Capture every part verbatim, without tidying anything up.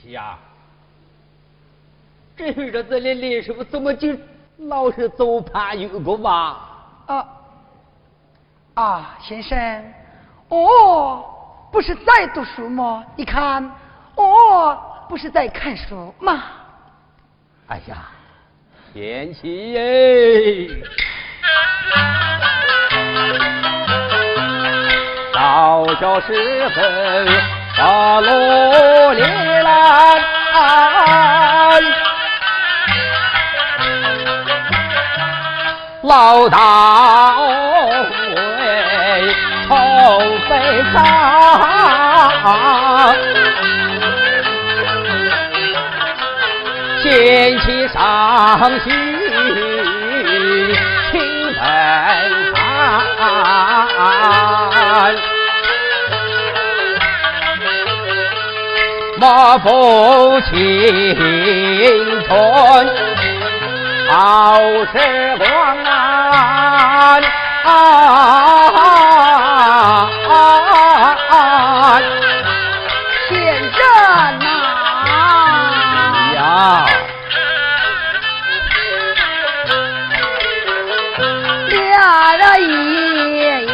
妻呀，这日子里李师傅怎么就老是走盘有个嘛？ 啊啊，先生，哦，不是在读书吗？你看，哦，不是在看书吗？ 哎呀，贤妻耶，少小时分花落里兰，老大为愁悲伤，贤妻上许情本寒，莫负青春好时光啊！啊啊先生呐呀， 俩人一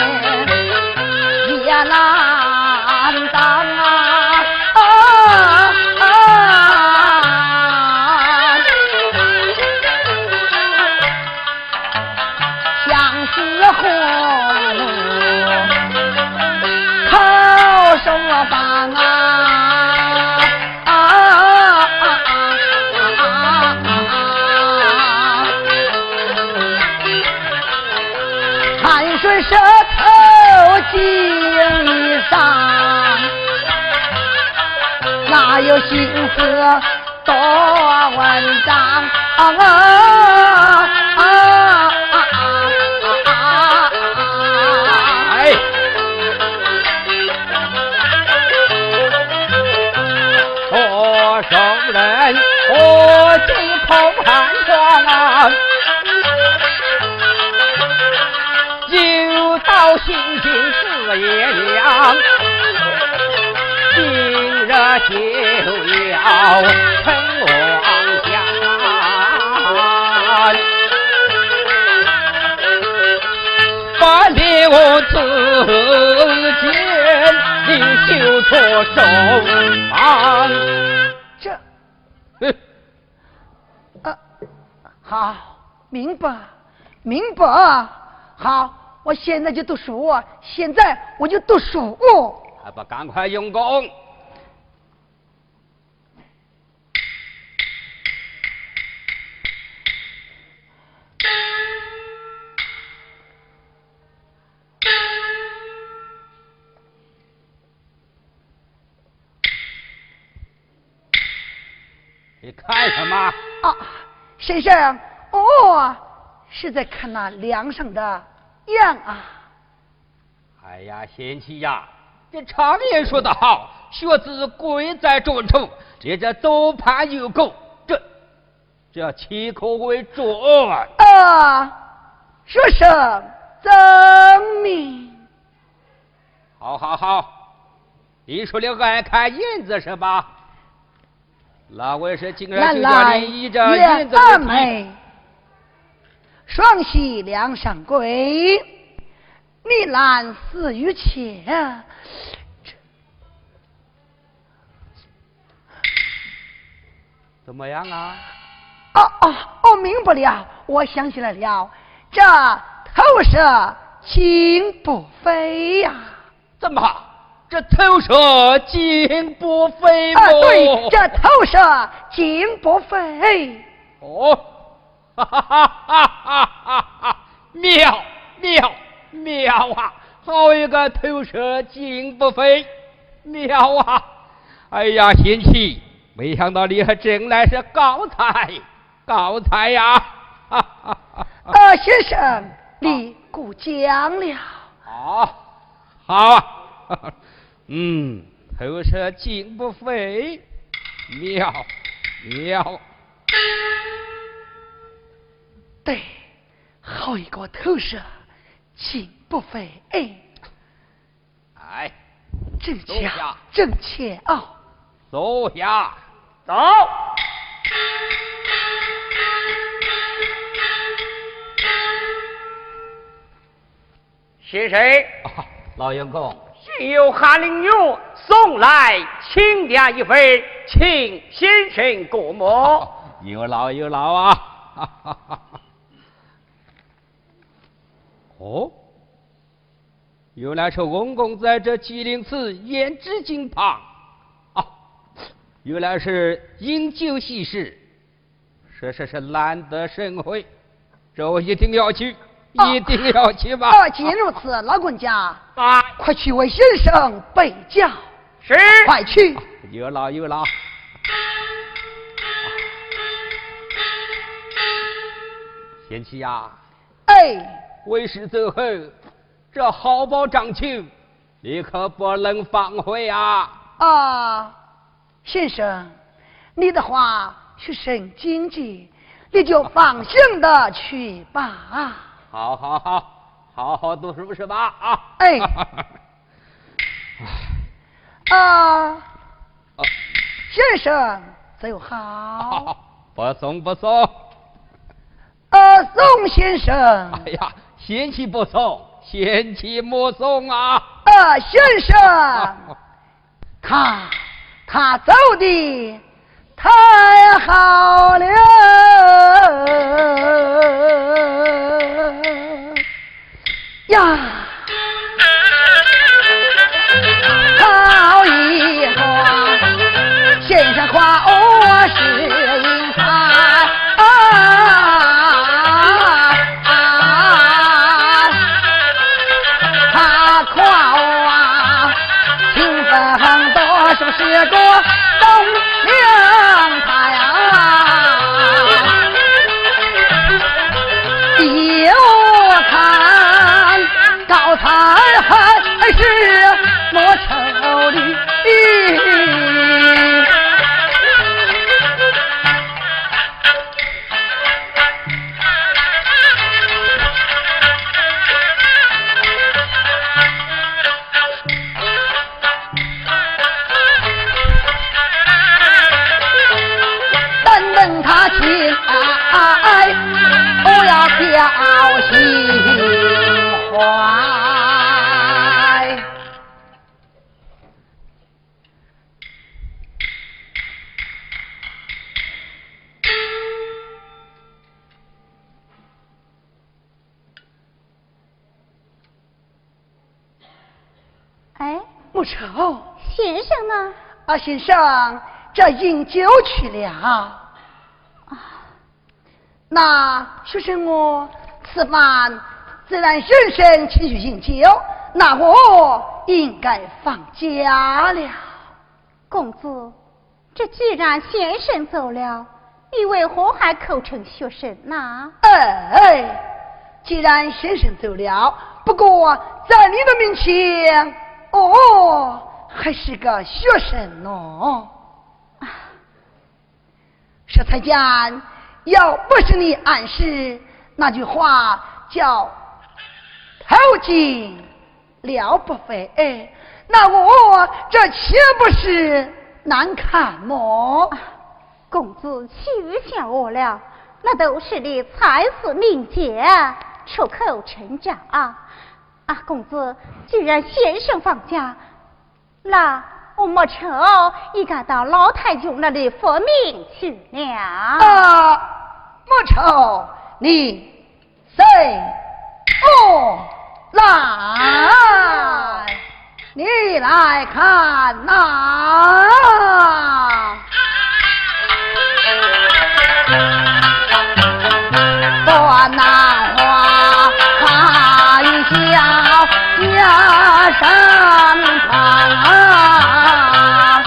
也难当啊！啊啊相思红，口说方啊！啊汗水舌头经衣裳，哪有心思多文章啊啊啊啊！ 哎，多少人我几口寒窗啊，又到星星四月亮，今日就要成王家，把留自见你修出手房。 这哼啊，好，明白，明白，好，我现在就读书，现在我就读书。 还不赶快用功！你看什么？ 啊，先生，哦，是在看那梁上的样啊。 哎呀，贤妻呀，这常言说得好，学子贵在众处，这这走盘有够，这这岂可为准？ 啊，说声证明。 好好好，你说你爱看银子是吧？那我是今日就叫你依着银子二妹，双喜梁上贵，你难死于切。 怎么样啊？ 哦哦哦，明白了，我想起来了，这头蛇金不菲呀、啊！ 怎么？这头蛇金不菲吗？ 啊，对，这头蛇金不菲。 哦，哈哈哈哈哈哈！妙妙妙啊！好一个头蛇金不菲，妙啊！哎呀，贤妻，没想到你还真来是高才，高才呀！哈哈哈！ 呃，先生，你过奖了。 好，好啊。嗯，头蛇金不菲，妙妙。 对，好一个头蛇金不菲。哎， 哎， 正巧正巧哦。 坐下， 走。是谁？ 啊、老员工， 是由韩灵勇送来请点一份，请先生过目。 哦、有劳有劳啊！哈哈哈哦，原来是翁公在这吉林寺胭脂井旁啊！原来是饮酒喜事，是是是难得盛会，这我一定要去。 啊、 一定要去吧！ 啊，既然如此，老管家， 啊， 快去为先生备驾。 是， 快去。 有劳有劳。贤妻呀， 哎， 为师走后，这好宝章丘，你可不能放回啊！ 啊，先生，你的话是神经质，你就放心的去吧。 好好好，好好读书是吧？啊！ 哎，啊， 啊先生走好。 不送不送。 啊，宋先生。 哎呀，贤妻不送，贤妻莫送啊！ 啊，先生，他他走的太好了呀！好一个先生夸我是英才啊！他夸我啊，情分多少是个东良才啊！依我看，高才还是莫愁的。等等他亲爱，不要掉心怀。 哎， 莫愁， 先生呢？ 啊，先生，这饮酒去了。啊，那学生我此番自然先生请去饮酒，那我应该放假了。 公子，这既然先生走了，你为何还口称学生呢？ 哎，既然先生走了，不过在你的面前，哦，还是个学生哦。啊，说才间，要不是你暗示，那句话叫头巾了不飞，哎，那我这岂不是难看么？ 啊，公子取笑我了，那都是你才思敏捷，出口成章啊！啊，公子，既然先生放假，那我莫愁应该到老太君那里复命去了。 啊，莫愁，你谁哦来，你来看呐、断南花花雨笑家山旁，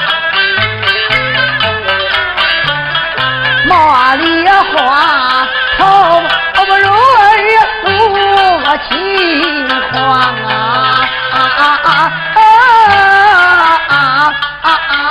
茉莉花头不如我情狂啊啊啊啊啊啊啊！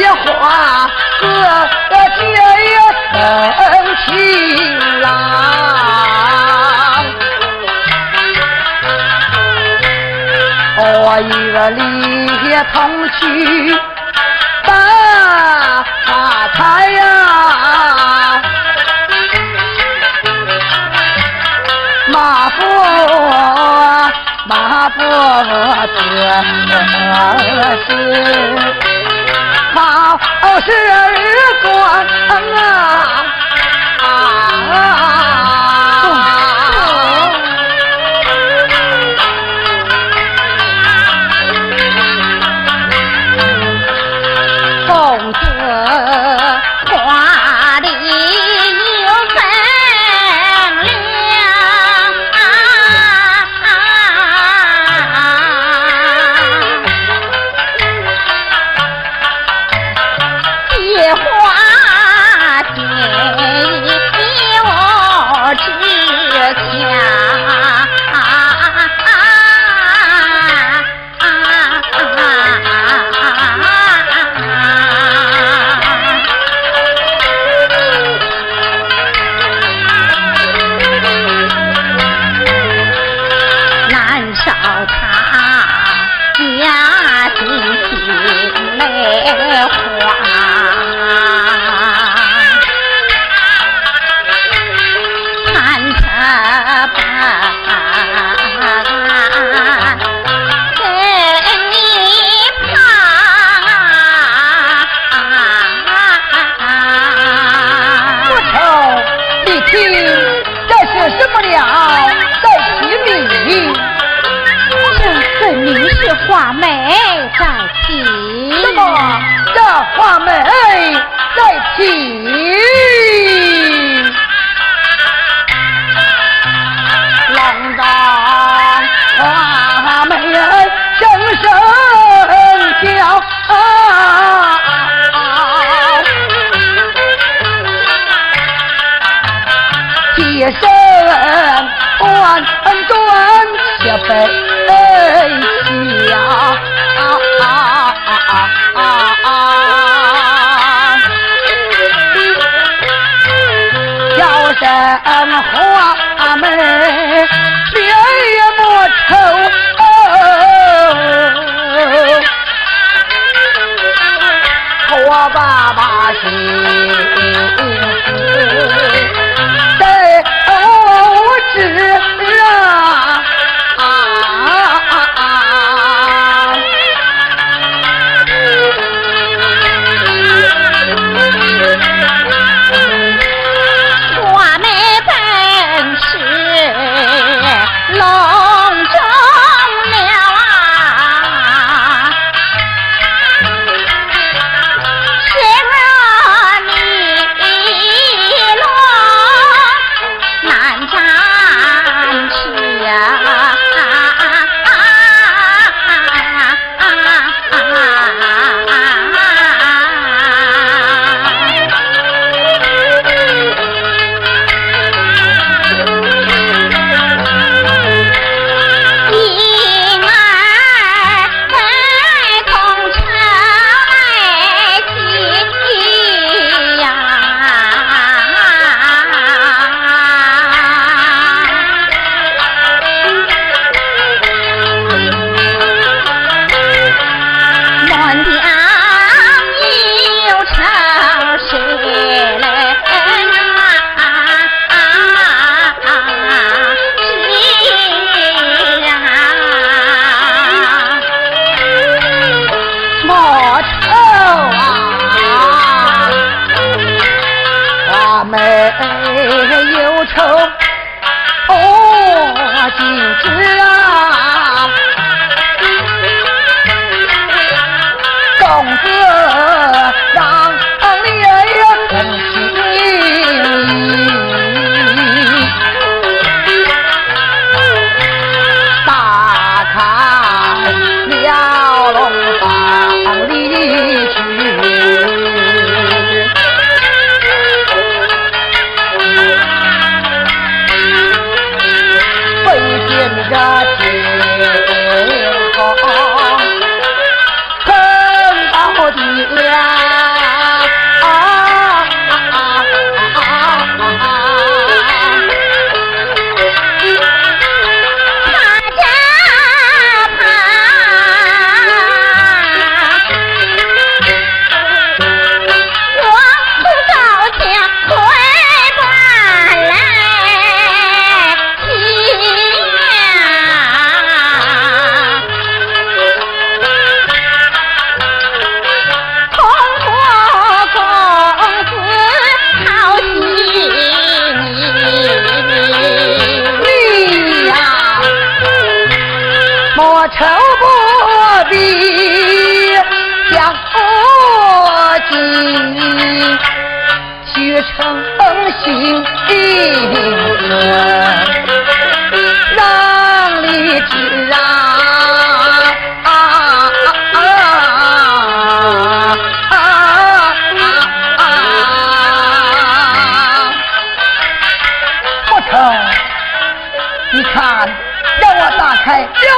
花个结更情郎，我一个里同去打牌呀，马夫马夫这是好事官啊啊！ 公子花里有分量野花间有志强难少他家境贫累花，看着吧跟你旁不愁你听这是什么了？在起名， 这分明是花妹在起。 什么？这花妹在起？郎当花妹声声叫，替身万转且悲笑。叫声花妹别莫愁，我爸爸心在我知啊花妹本是笼中鸟啊，谁让你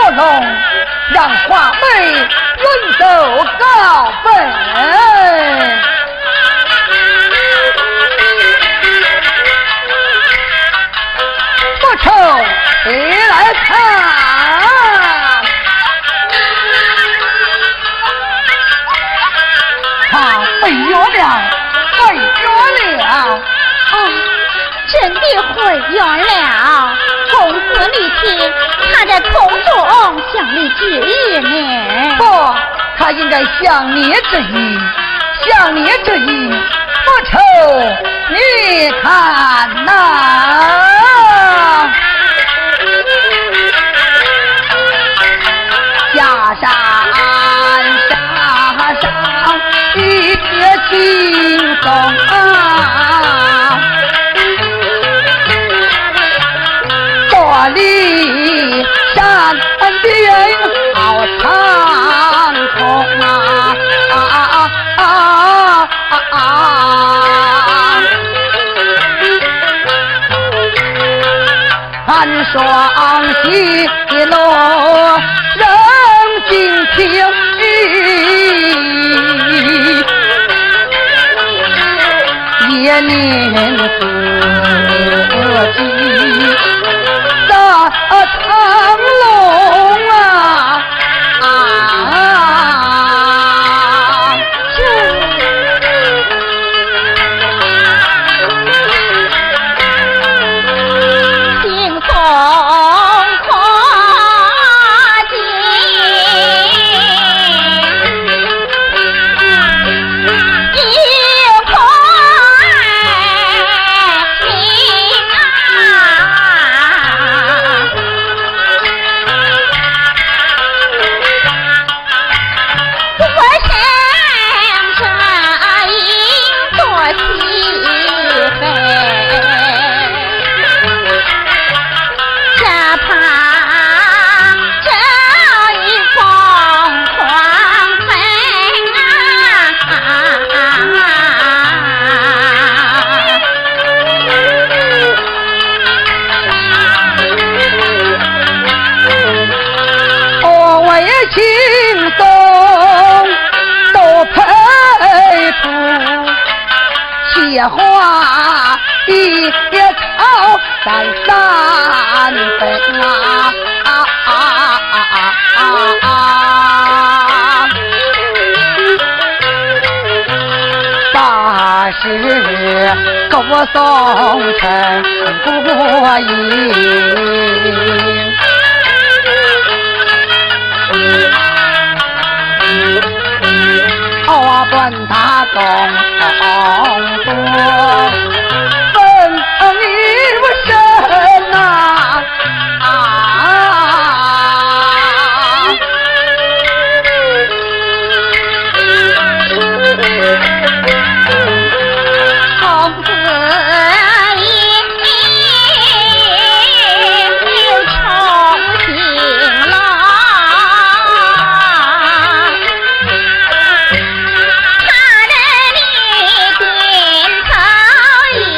卧龙，让华美轮走高飞。不愁谁来看？他被约了，被约了。 哦，真的毁约了。公子你听，他在空中向你致意呢。 不，他应该向你致意，向你致意。不愁你看呐。下山下上一个轻松啊，玻璃山顶好长空啊啊啊啊啊啊！寒霜西落。静听夜宁自己大长龙啊啊！ 听风轻松都佩服，雪花一叶草在山北啊啊啊啊啊啊！八十歌颂成过瘾。我问他懂多，问你我身呐啊！ 公子又重新了。他的你点头。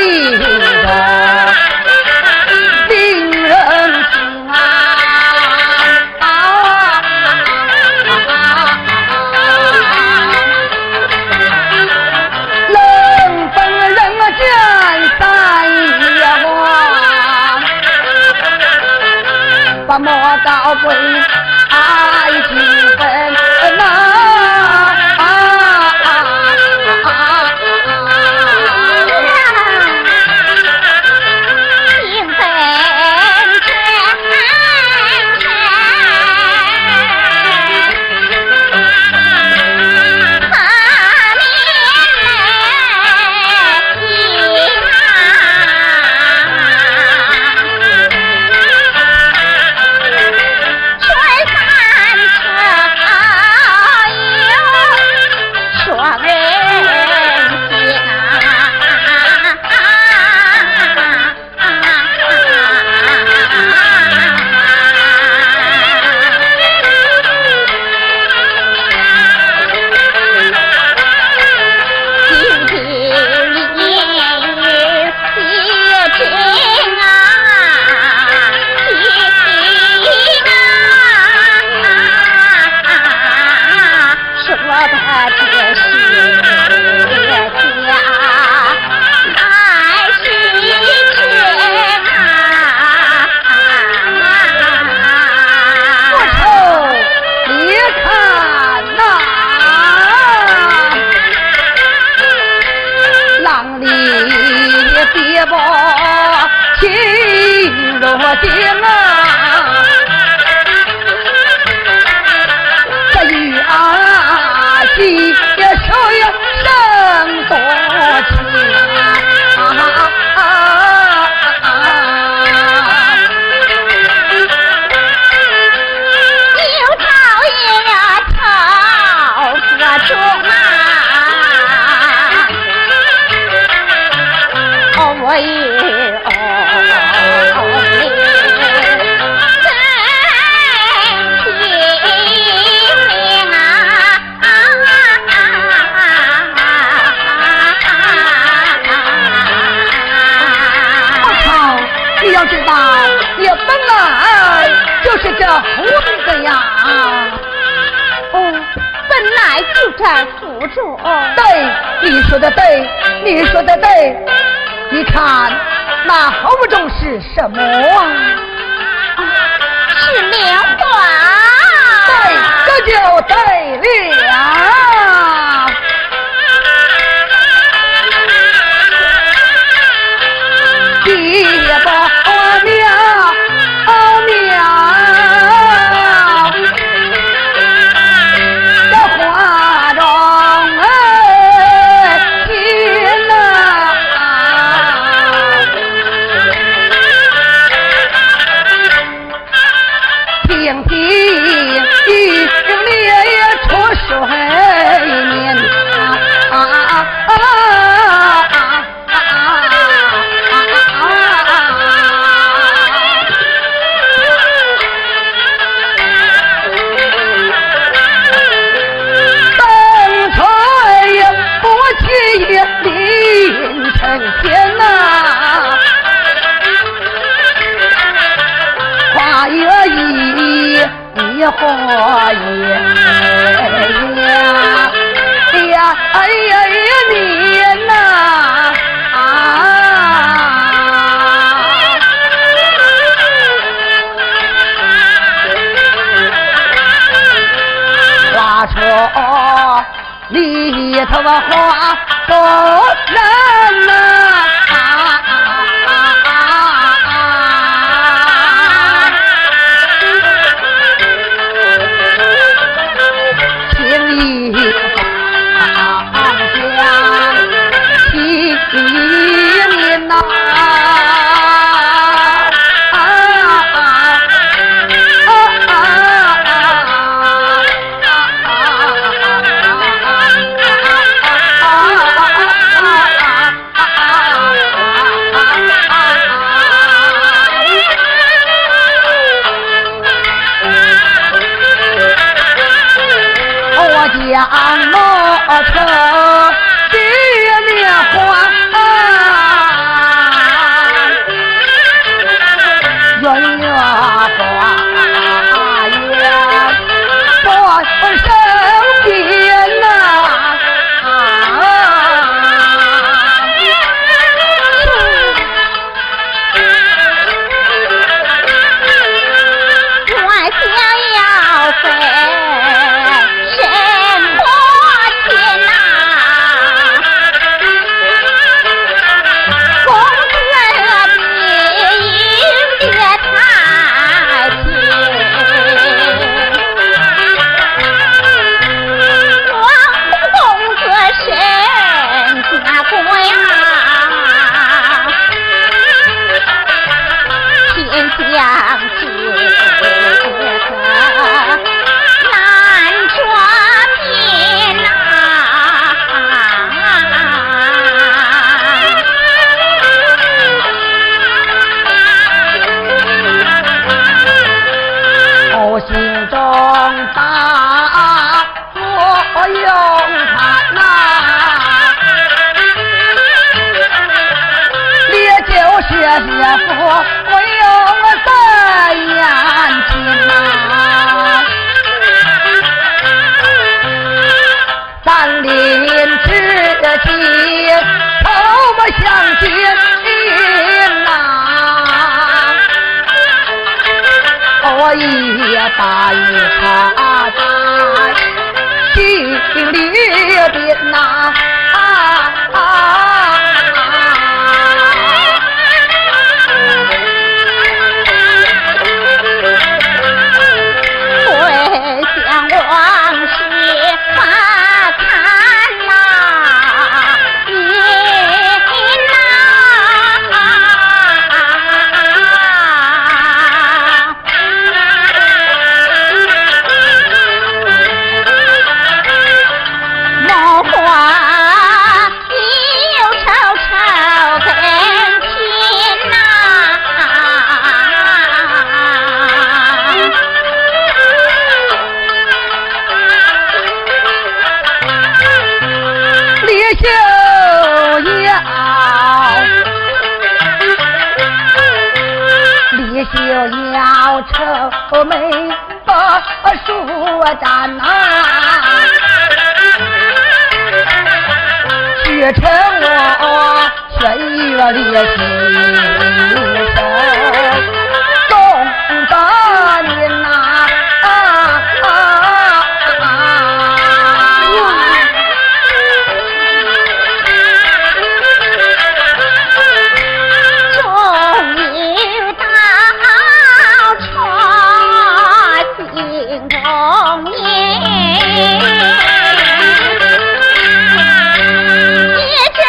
一个令人惊啊！冷风人间三月光，把莫高贵爱情分呐。 你说的对，你说的对，你看那后中是什么啊？ 啊是莲花。 对，这就对了。爹爸庙庙，这花中听听一声烈出水面啊啊啊啊风吹也不起凌晨天呐，花月一一花叶呀呀哎呀呀你呐啊！花车里头啊花多人呐啊！杨莫愁，爹娘花心中把作用看呐，烈酒血血父我用在眼前呐，咱临之际头不相见呐，我也把一他在心里边呐，啊啊回想往事发看呐，你莫话有愁愁更亲呐， 李逍遥，李逍遥愁眉把树展呐，学成我玄月烈心手，中八年呐，啊啊啊！ 终于到传心中年，也真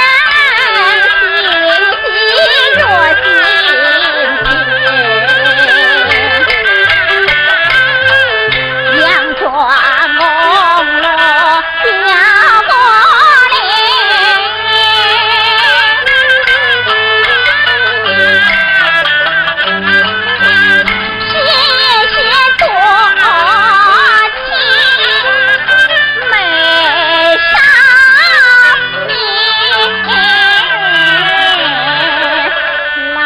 心喜若心田，佯装梦落小茉莉，谢谢多情眉梢面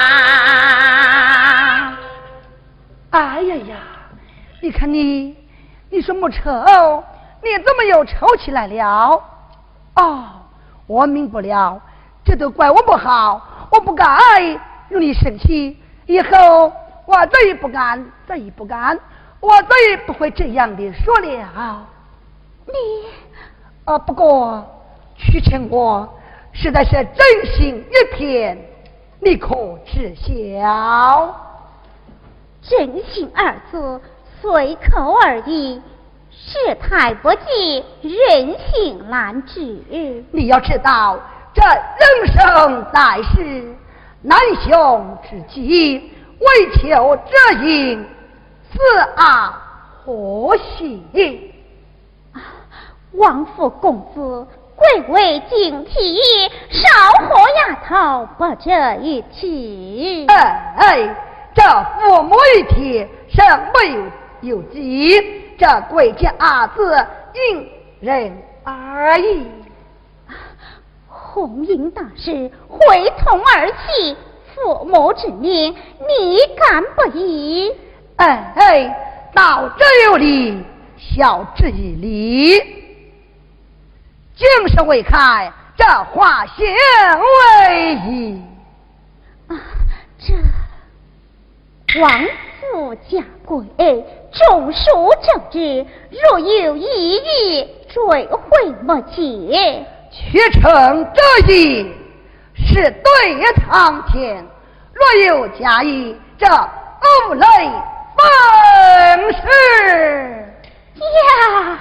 郎。 哎呀呀，你看你，你说没愁，你怎么又愁起来了？哦，我明不了，这都怪我不好，我不该让你生气。以后我再也不敢，再也不敢，我再也不会这样的说了。 你啊，不过屈臣我实在是真心一片，你可知晓？ 真心二字随口而已，事态不急，人心难治。 你要知道，这人生在世，难兄知己，为求知音，死而何惜？ 王府公子贵为警惕，少和丫头把这一提。 哎哎，这父母一体，生没有有疾，这贵贱二字因人而异。 红缨大事会同儿妻，父母之命，你敢不依？ 哎哎，道之有理，孝之以理。经世未开，这化险为夷。 啊，这王府家规，众属正直，若有异议，追悔莫及。 屈成这一是对苍天，若有假意，这无雷分事呀！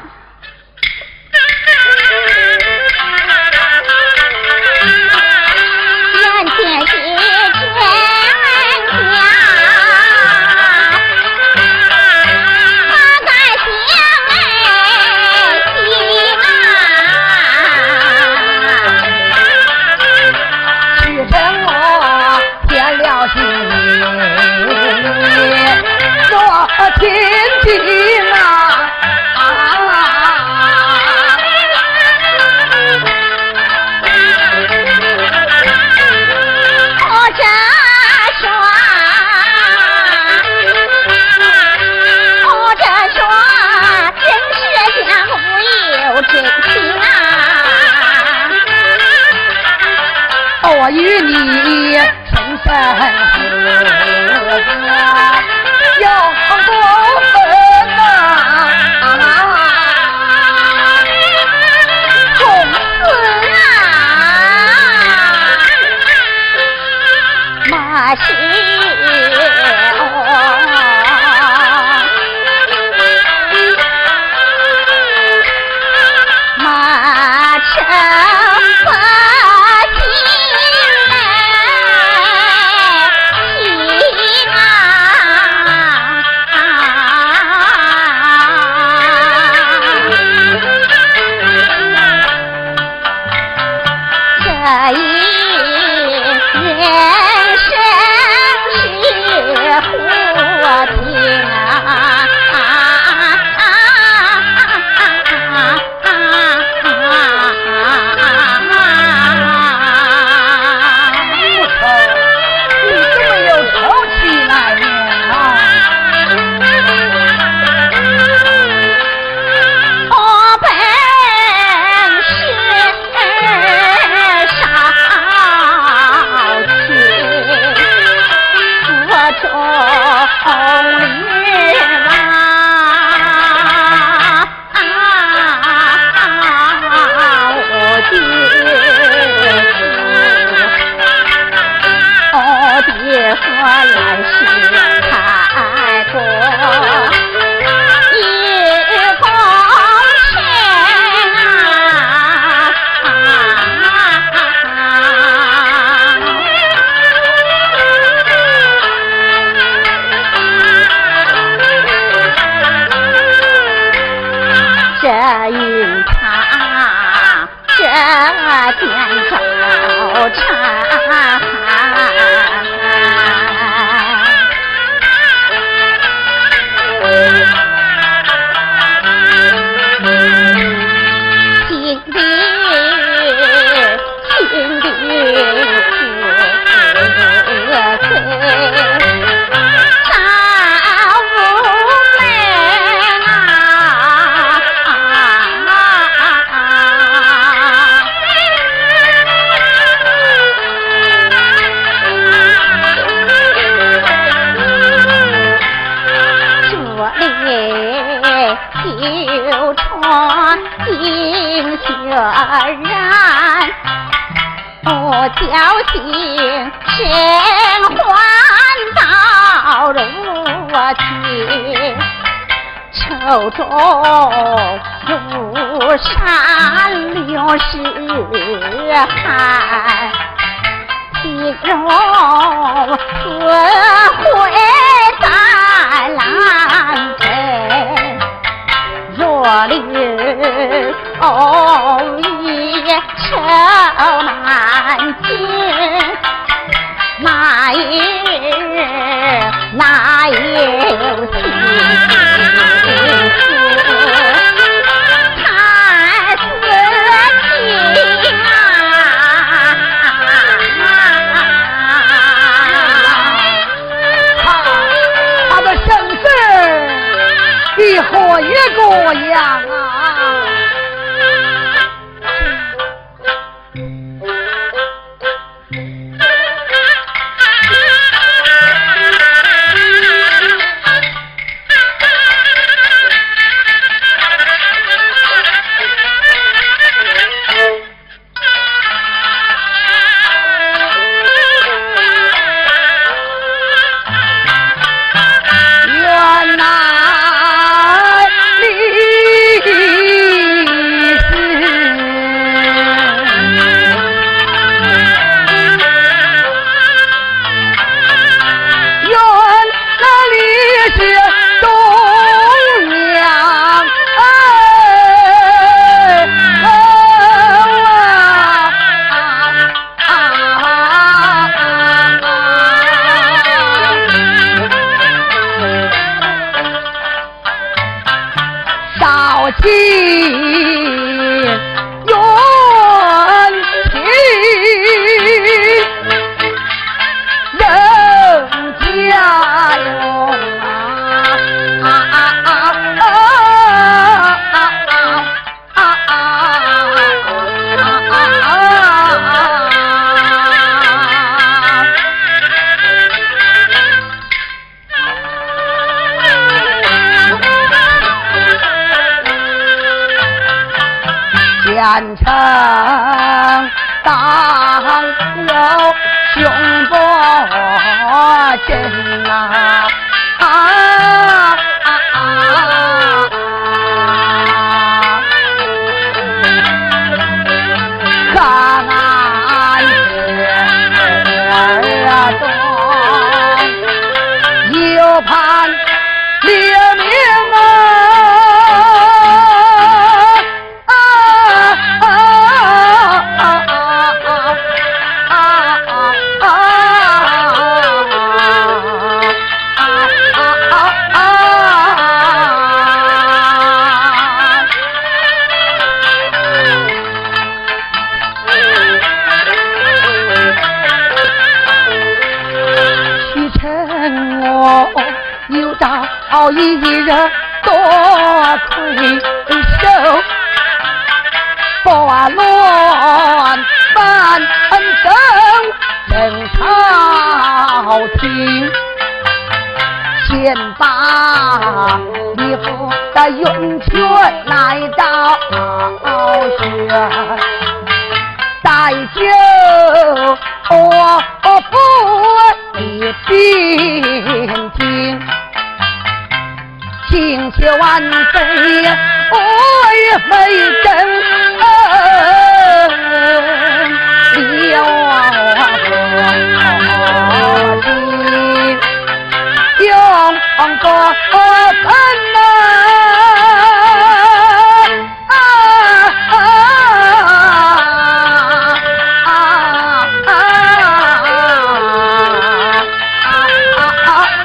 眼前是天下，他在想哎心啊， 屈成我添了心，若天情啊！ 或者说，或者说，人世间无有真情啊！ 我与你情深何在？永不分呐！ 从此啊，马是马成佛侥幸身还到如今，愁中如山流石寒，心中死灰在蓝天。若离偶一愁难尽，那一日哪有情太死情啊！ 他他的生死与火月过样啊！原来你情缘情，人家哟啊啊啊啊啊啊前程当有胸波针啊啊啊啊！看俺这儿中有盼列名啊！好一人多亏手，拨乱翻走正朝廷，先把你父的涌泉来到学，带酒我不你听听。请求万岁，我也没真了心，用过分呐啊啊啊啊啊！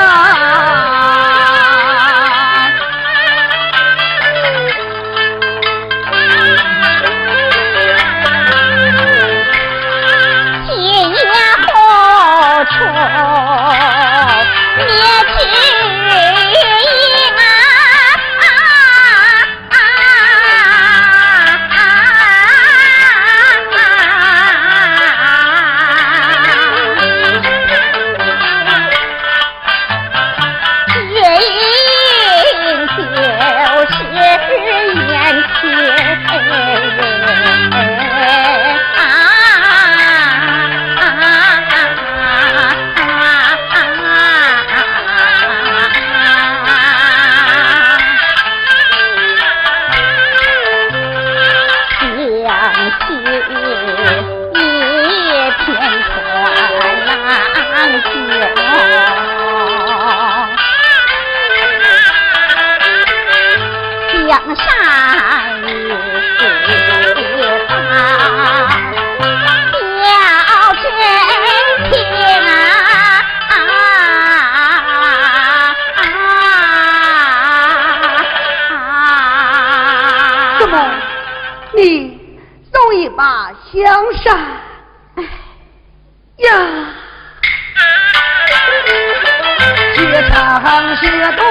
江山呀，学唱学读